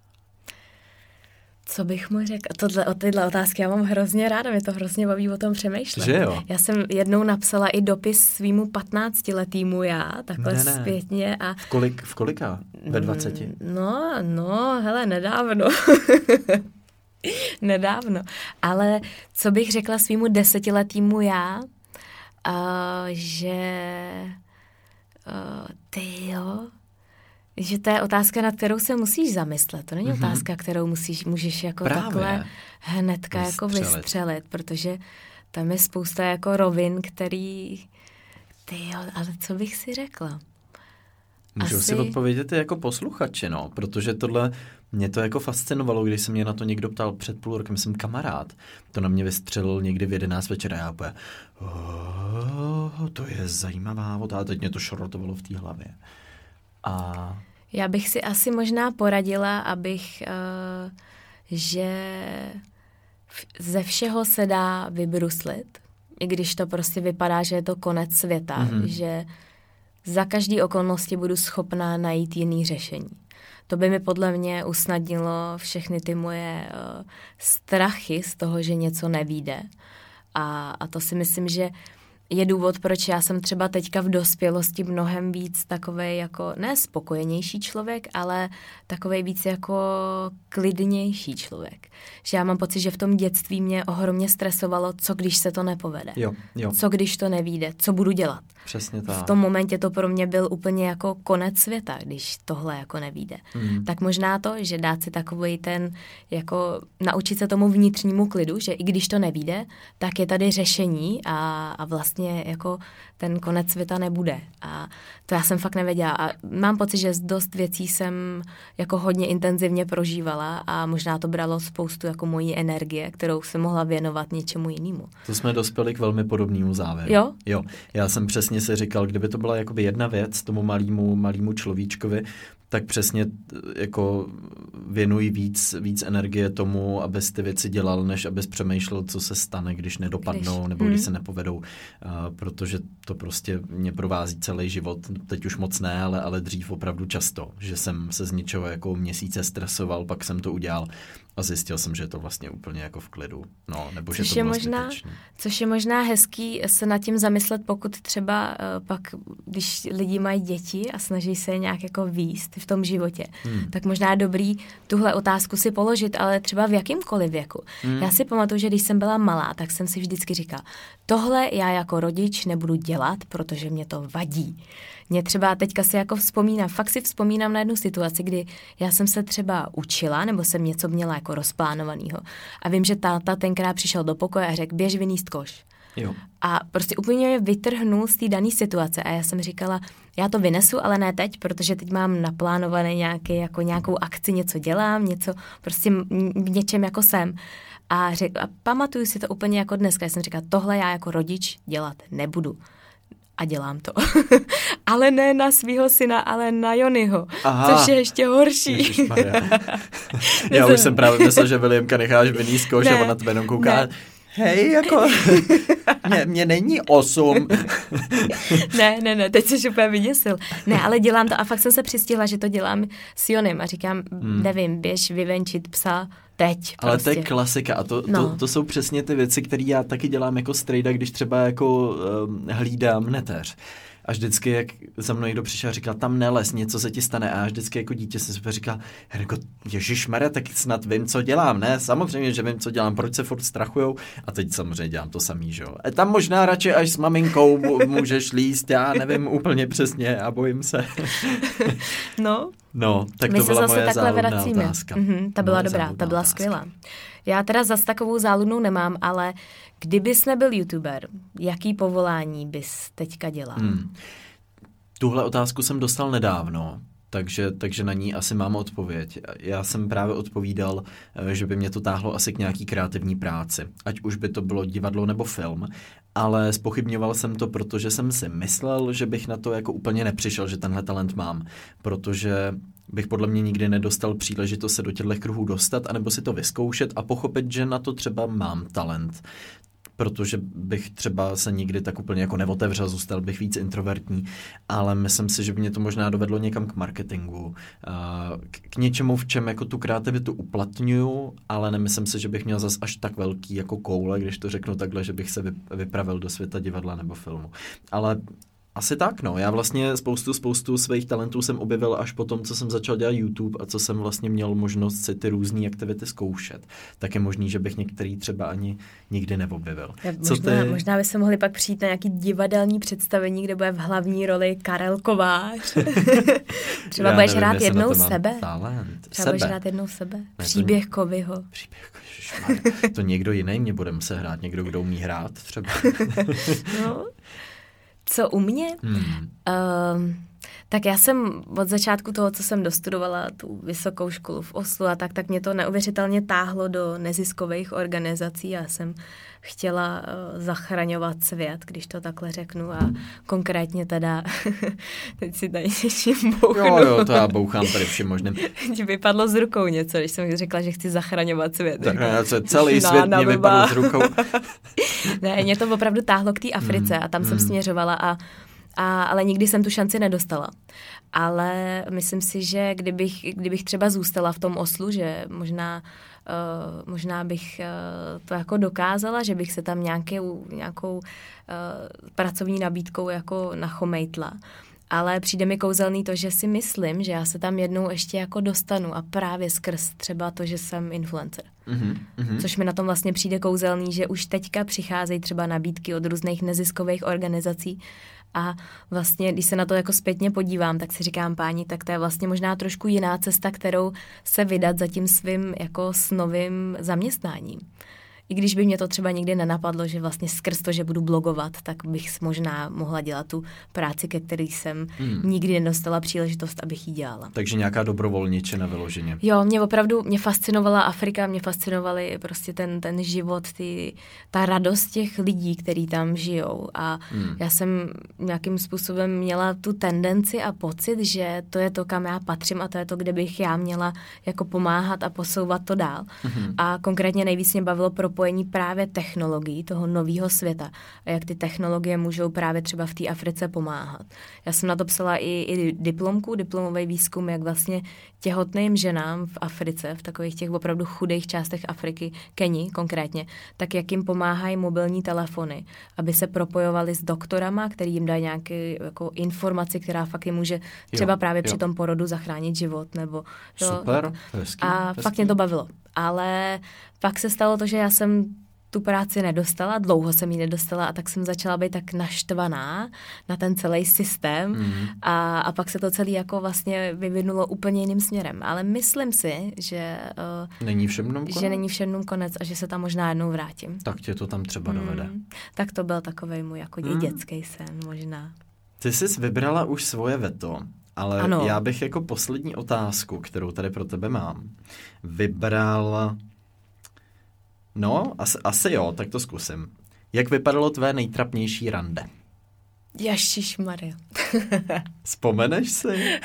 Co bych mu řekla? Tyhle otázky já mám hrozně ráda, mě to hrozně baví o tom přemýšlet. Že jo? Já jsem jednou napsala i dopis svýmu 15letýmu já, takhle zpětně. A v kolika? Ve 20? No, hele, nedávno. Nedávno. Ale co bych řekla svýmu 10letýmu já, že to je otázka, nad kterou se musíš zamyslet. To není otázka, kterou můžeš jako právě takhle hnedka jako vystřelit, protože tam je spousta jako rovin, který... ale co bych si řekla? Můžu si odpovědět jako posluchači, no, protože tohle mě to jako fascinovalo, když se mě na to někdo ptal před půl rokem, jsem kamarád, to na mě vystřelil někdy v 11 večera, já úplně, to je zajímavá otázka, teď mě to šrotovalo v té hlavě. A... Já bych si asi možná poradila, že ze všeho se dá vybruslit, i když to prostě vypadá, že je to konec světa, že za každý okolnosti budu schopná najít jiný řešení. To by mi podle mě usnadnilo všechny ty moje strachy z toho, že něco nevyjde. A to si myslím, že je důvod, proč já jsem třeba teďka v dospělosti mnohem víc takovej jako, ne spokojenější člověk, ale takovej víc jako klidnější člověk. Že já mám pocit, že v tom dětství mě ohromně stresovalo, co když se to nepovede. Jo. Co když to nevyjde, co budu dělat. Přesně tak. V tom momentě to pro mě byl úplně jako konec světa, když tohle jako nevyjde. Tak možná to, že dát si takovej ten, jako naučit se tomu vnitřnímu klidu, že i když to nevyjde, tak je tady řešení a vlastně jako ten konec světa nebude. A to já jsem fakt nevěděla. A mám pocit, že dost věcí jsem jako hodně intenzivně prožívala a možná to bralo spoustu jako mojí energie, kterou jsem mohla věnovat něčemu jinému. To jsme dospěli k velmi podobnému závěru. Jo. Já jsem přesně si říkal, kdyby to byla jakoby jedna věc tomu malému človíčkovi, tak přesně jako věnuj víc energie tomu, abys ty věci dělal, než abys přemýšlel, co se stane, když nedopadnou nebo když se nepovedou, protože to prostě mě provází celý život. Teď už moc ne, ale dřív opravdu často, že jsem se z něčeho jako měsíce stresoval, pak jsem to udělal a zjistil jsem, že je to vlastně úplně jako v klidu. No, nebo že to bylo zbytečný. Což je možná hezký se nad tím zamyslet, pokud třeba pak, když lidi mají děti a snaží se nějak jako vést v tom životě, tak možná je dobrý tuhle otázku si položit, ale třeba v jakýmkoliv věku. Já si pamatuju, že když jsem byla malá, tak jsem si vždycky říkala, tohle já jako rodič nebudu dělat, protože mě to vadí. Mě třeba teďka si jako fakt si vzpomínám na jednu situaci, kdy já jsem se třeba učila, nebo jsem něco měla jako rozplánovaného. A vím, že táta tenkrát přišel do pokoje a řekl, běž vyníst koš. Jo. A prostě úplně mě vytrhnul z té dané situace a já jsem říkala, já to vynesu, ale ne teď, protože teď mám naplánované nějakou akci, něco dělám, něco prostě v něčem jako jsem. A pamatuju si to úplně jako dneska, já jsem říkala, tohle já jako rodič dělat nebudu. A dělám to. Ale ne na svýho syna, ale na Jonyho. Což je ještě horší. Já už jsem právě myslel, že Williamka necháš vyníst koš a ona tebe jenom kouká. Ne. Hej, jako, mě není 8. Ne, teď jsi úplně vyděsil. Ne, ale dělám to a fakt jsem se přistihla, že to dělám s Jonem a říkám, nevím, běž vyvenčit psa teď. Ale prostě. to je klasika a to jsou přesně ty věci, které já taky dělám jako strejda, když třeba jako hlídám neteř. A vždycky, jak za mnou někdo přišel a říkal, tam nelez, něco se ti stane. A já vždycky jako dítě jsem si říkal, ježišmarja, tak snad vím, co dělám. Ne, samozřejmě, že vím, co dělám, proč se furt strachujou. A teď samozřejmě dělám to samý, že jo. A tam možná radši až s maminkou můžeš líst, já nevím úplně přesně a bojím se. No, tak to byla moje záludná otázka. Ta byla dobrá, ta byla skvělá. Já teda zas takovou záludnou nemám, ale kdybys nebyl youtuber, jaký povolání bys teďka dělal? Tuhle otázku jsem dostal nedávno, takže na ní asi mám odpověď. Já jsem právě odpovídal, že by mě to táhlo asi k nějaký kreativní práci. Ať už by to bylo divadlo nebo film, ale zpochybňoval jsem to, protože jsem si myslel, že bych na to jako úplně nepřišel, že tenhle talent mám, protože bych podle mě nikdy nedostal příležitost se do těchto kruhů dostat, anebo si to vyzkoušet a pochopit, že na to třeba mám talent. Protože bych třeba se nikdy tak úplně jako neotevřel, zůstal bych víc introvertní, ale myslím si, že by mě to možná dovedlo někam k marketingu, k něčemu, v čem jako tu kreativitu uplatňuju, ale nemyslím si, že bych měl zas až tak velký jako koule, když to řeknu takhle, že bych se vypravil do světa divadla nebo filmu. Ale Asi tak, no. Já vlastně spoustu svých talentů jsem objevil až po tom, co jsem začal dělat YouTube a co jsem vlastně měl možnost si ty různé aktivity zkoušet. Tak je možný, že bych některý třeba ani nikdy neobjevil. Možná by se mohli pak přijít na nějaký divadelní představení, kde bude v hlavní roli Karel Kovář. Třeba budeš hrát jednou sebe. Třeba budeš hrát jednou sebe. Příběh Kovyho. To někdo jiný mě bude muset hrát, někdo, kdo umí hrát třeba. No. Co u mě? Tak já jsem od začátku toho, co jsem dostudovala tu vysokou školu v Oslu a tak mě to neuvěřitelně táhlo do neziskových organizací. Já jsem chtěla zachraňovat svět, když to takhle řeknu a konkrétně teda, teď si tady něčím bouchnu. Jo, to já bouchám tady všem možným. Ti vypadlo z rukou něco, když jsem řekla, že chci zachraňovat svět. Celý svět mě vypadl z rukou. Ne, mě to opravdu táhlo k té Africe a tam jsem směřovala ale nikdy jsem tu šanci nedostala. Ale myslím si, že kdybych třeba zůstala v tom Oslu, že možná bych to jako dokázala, že bych se tam nějakou pracovní nabídkou jako nachomejtla. Ale přijde mi kouzelný to, že si myslím, že já se tam jednou ještě jako dostanu a právě skrz třeba to, že jsem influencer. Což mi na tom vlastně přijde kouzelný, že už teďka přicházejí třeba nabídky od různých neziskových organizací a vlastně, když se na to jako zpětně podívám, tak si říkám, páni, tak to je vlastně možná trošku jiná cesta, kterou se vydat za tím svým jako snovým zaměstnáním. I když by mě to třeba nikdy nenapadlo, že vlastně skrz to, že budu blogovat, tak bych možná mohla dělat tu práci, ke které jsem nikdy nedostala příležitost, abych ji dělala. Takže nějaká dobrovolničina vyloženě. Jo, mě fascinovala Afrika, mě fascinovaly prostě ten život, ta radost těch lidí, kteří tam žijou. A já jsem nějakým způsobem měla tu tendenci a pocit, že to je to, kam já patřím a to je to, kde bych já měla jako pomáhat a posouvat to dál. A konkrétně nejvíc mě bavilo propojení právě technologií toho nového světa a jak ty technologie můžou právě třeba v té Africe pomáhat. Já jsem na to psala i diplomový výzkum, jak vlastně těhotným ženám v Africe, v takových těch opravdu chudých částech Afriky, Keni konkrétně, tak jak jim pomáhají mobilní telefony, aby se propojovali s doktorama, který jim dají nějaké jako informaci, která fakt jim může třeba právě při tom porodu zachránit život. Nebo, super, hezký. Fakt mě to bavilo. Ale pak se stalo to, že já jsem tu práci nedostala, dlouho jsem ji nedostala a tak jsem začala být tak naštvaná na ten celý systém a pak se to celé jako vlastně vyvinulo úplně jiným směrem. Ale myslím si, že není všem dnům konec a že se tam možná jednou vrátím. Tak tě to tam třeba dovede. Tak to byl takovej můj jako dětský sen možná. Ty jsi vybrala už svoje veto. Ale ano. Já bych jako poslední otázku, kterou tady pro tebe mám, vybral... No, asi jo, tak to zkusím. Jak vypadalo tvé nejtrapnější rande? Ježišmarja. Vzpomeneš si?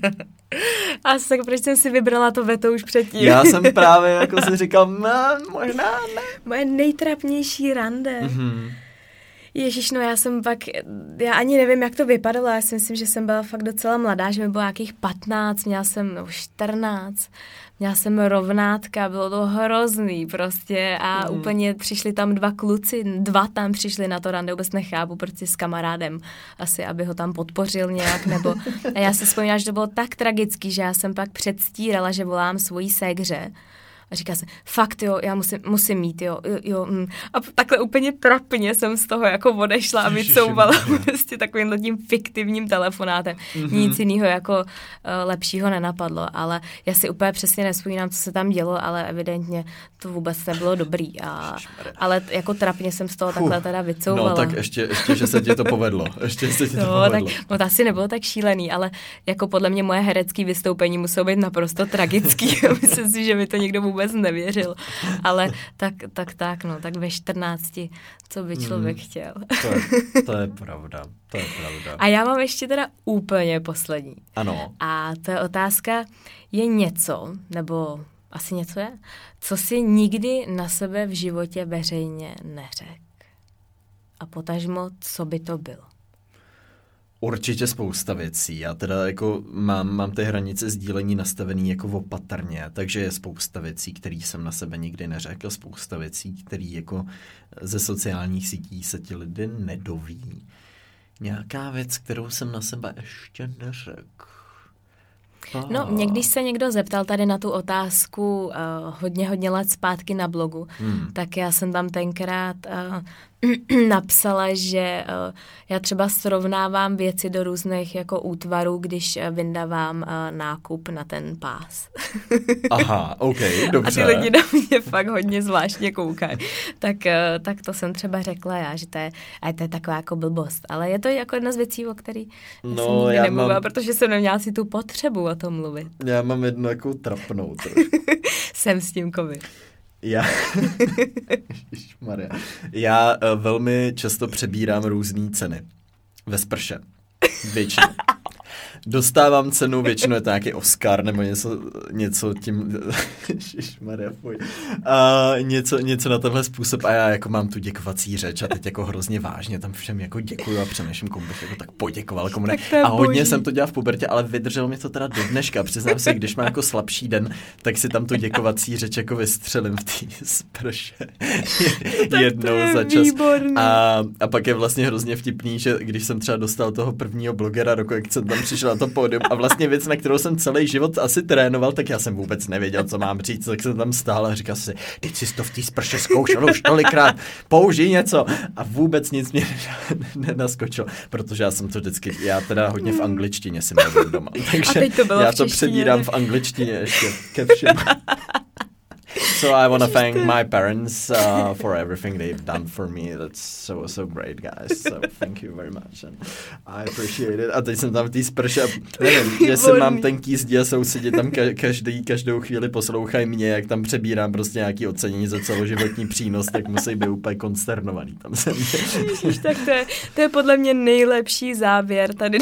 Asi tak, proč jsem si vybrala to veto už předtím? Já jsem právě jako si říkal, možná ne. Moje nejtrapnější rande. Ježiš, no já ani nevím, jak to vypadalo, já si myslím, že jsem byla fakt docela mladá, že mi bylo nějakých 15, měla jsem 14, měla jsem rovnátka, bylo to hrozný prostě a úplně přišli tam 2 kluci, 2 tam přišli na to rande, vůbec nechápu, prostě s kamarádem, asi aby ho tam podpořil nějak, nebo a já si vzpomínám, že to bylo tak tragický, že já jsem pak předstírala, že volám svojí ségře. A říká se, fakt jo, já musím mít, jo. A takhle úplně trapně jsem z toho jako odešla a vycouvala prostě takovým tím fiktivním telefonátem. Nic jiného jako lepšího nenapadlo, ale já si úplně přesně nevzpomínám, co se tam dělo, ale evidentně to vůbec nebylo dobrý. Ale jako trapně jsem z toho takhle teda vycouvala. No tak ještě že se ti to povedlo. Tak, to asi nebylo tak šílený, ale jako podle mě moje herecké vystoupení muselo být naprosto tragický. Myslím si, že mi to někdo vůbec nevěřil, ale tak ve 14, co by člověk chtěl. To je pravda. A já mám ještě teda úplně poslední. Ano. A ta otázka je něco, nebo asi něco je, co si nikdy na sebe v životě veřejně neřekl. A potažmo, co by to bylo? Určitě spousta věcí. Já teda jako mám ty hranice sdílení nastavený jako opatrně, takže je spousta věcí, které jsem na sebe nikdy neřekl, spousta věcí, které jako ze sociálních sítí se ti lidé nedoví. Nějaká věc, kterou jsem na sebe ještě neřekl. No, mě když se někdo zeptal tady na tu otázku hodně let zpátky na blogu, tak já jsem tam tenkrát napsala, že já třeba srovnávám věci do různých jako útvarů, když vyndávám nákup na ten pás. Aha, ok, dobře. A ty lidi na mě fakt hodně zvláštně koukají. Tak to jsem třeba řekla já, že to je taková jako blbost. Ale je to jako jedna z věcí, o který jsem nikdy nemluvila, protože jsem neměla si tu potřebu o tom mluvit. Já mám jednu takovou trapnou. Jsem s tím kovy. Já velmi často přebírám různé ceny ve sprše. Většinou. Dostávám cenu, většinou je to nějaký Oscar nebo něco tím, něco na tenhle způsob a já jako mám tu děkovací řeč a teď jako hrozně vážně tam všem jako děkuju a přemýšlím, komu bych jako tak poděkoval, komu ne. A hodně jsem to dělal v pubertě, ale vydrželo mi to teda do dneška. Přiznám si, když mám jako slabší den, tak si tam tu děkovací řeč jako vystřelím v té sprše jednou za čas. A pak je vlastně hrozně vtipný, že když jsem třeba dostal toho prvního blogera roku, jak jsem tam přišel na to pódium a vlastně věc, na kterou jsem celý život asi trénoval, tak já jsem vůbec nevěděl, co mám říct, tak jsem tam stál a říkal si, teď jsi to v té sprše zkoušel už tolikrát, použij něco a vůbec nic mě nenaskočilo, protože já jsem to vždycky, já teda hodně v angličtině si mluvím doma, takže já to přebírám v angličtině ještě ke všemu. So I want to thank my parents for everything they've done for me. That's so great, guys. So thank you very much. And I appreciate it. A teď jsem tam v té sprše, nevím, jestli mám tenký zdi a sousedi tam každou chvíli poslouchají mě, jak tam přebírám prostě nějaký ocenění za celoživotní přínos, tak musí být úplně konsternovaný. Tam jsem. Ježiš, tak to je podle mě nejlepší závěr tady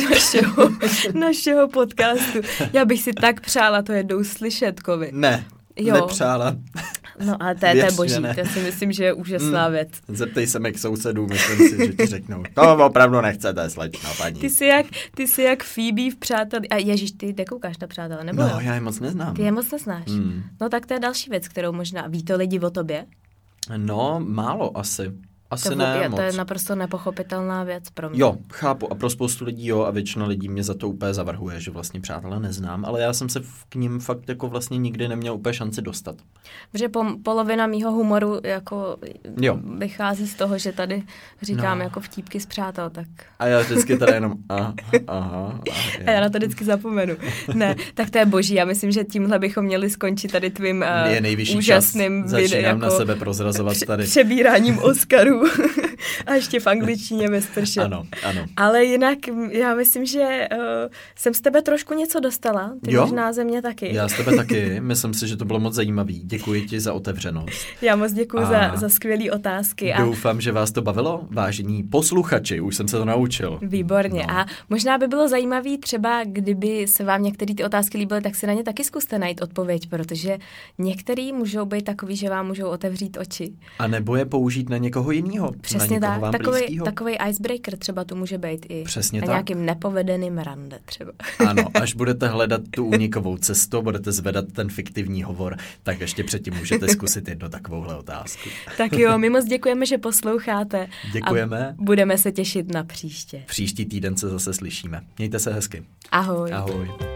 našeho podcastu. Já bych si tak přála to jednou slyšet, Kovi. Ne. Nepřála. No a to je boží, to si myslím, že je úžasná věc. Zeptej se mě k sousedům, myslím si, že ti řeknou, to opravdu nechcete, slečno, paní. Ty jsi jak Phoebe v Přáteli. A ježiš, ty nekoukáš na Přátele, nebo? No, já je moc neznám. Ty je moc neznáš. No tak to je další věc, kterou možná, ví to lidi o tobě? No, málo asi. Asi ne moc. To je naprosto nepochopitelná věc pro mě. Jo, chápu. A pro spoustu lidí jo a většina lidí mě za to úplně zavrhuje, že vlastně Přátelé neznám, ale já jsem se k ním fakt jako vlastně nikdy neměl úplně šanci dostat. Protože polovina mýho humoru jako vychází z toho, že tady říkám jako vtípky z Přátel, tak... A já vždycky tady jenom aha. A já na to vždycky zapomenu. Ne, tak to je boží. Já myslím, že tímhle bychom měli skončit tady tvým úžasným videem. Začínám na sebe prozrazovat tady. Přebíráním Oscarů. A ještě v angličtině ve sprše. Ano. Ale jinak já myslím, že jsem z tebe trošku něco dostala. Ty možná ze mě taky. Já z tebe taky. Myslím si, že to bylo moc zajímavý. Děkuji ti za otevřenost. Já moc děkuji za skvělé otázky. Doufám, že vás to bavilo, vážení posluchači. Už jsem se to naučil. Výborně. No. A možná by bylo zajímavý třeba, kdyby se vám některé ty otázky líbily, tak si na ně taky zkuste najít odpověď, protože některý můžou být takový, že vám můžou otevřít oči. A nebo je použít na někoho jiného. Přesně tak. Takový icebreaker třeba to může být i přesně na nějakým nepovedeným rande třeba. Ano, až budete hledat tu únikovou cestu, budete zvedat ten fiktivní hovor, tak ještě předtím můžete zkusit jednu takovouhle otázku. Tak jo, my moc děkujeme, že posloucháte. Děkujeme. A budeme se těšit na příště. Příští týden se zase slyšíme. Mějte se hezky. Ahoj. Ahoj.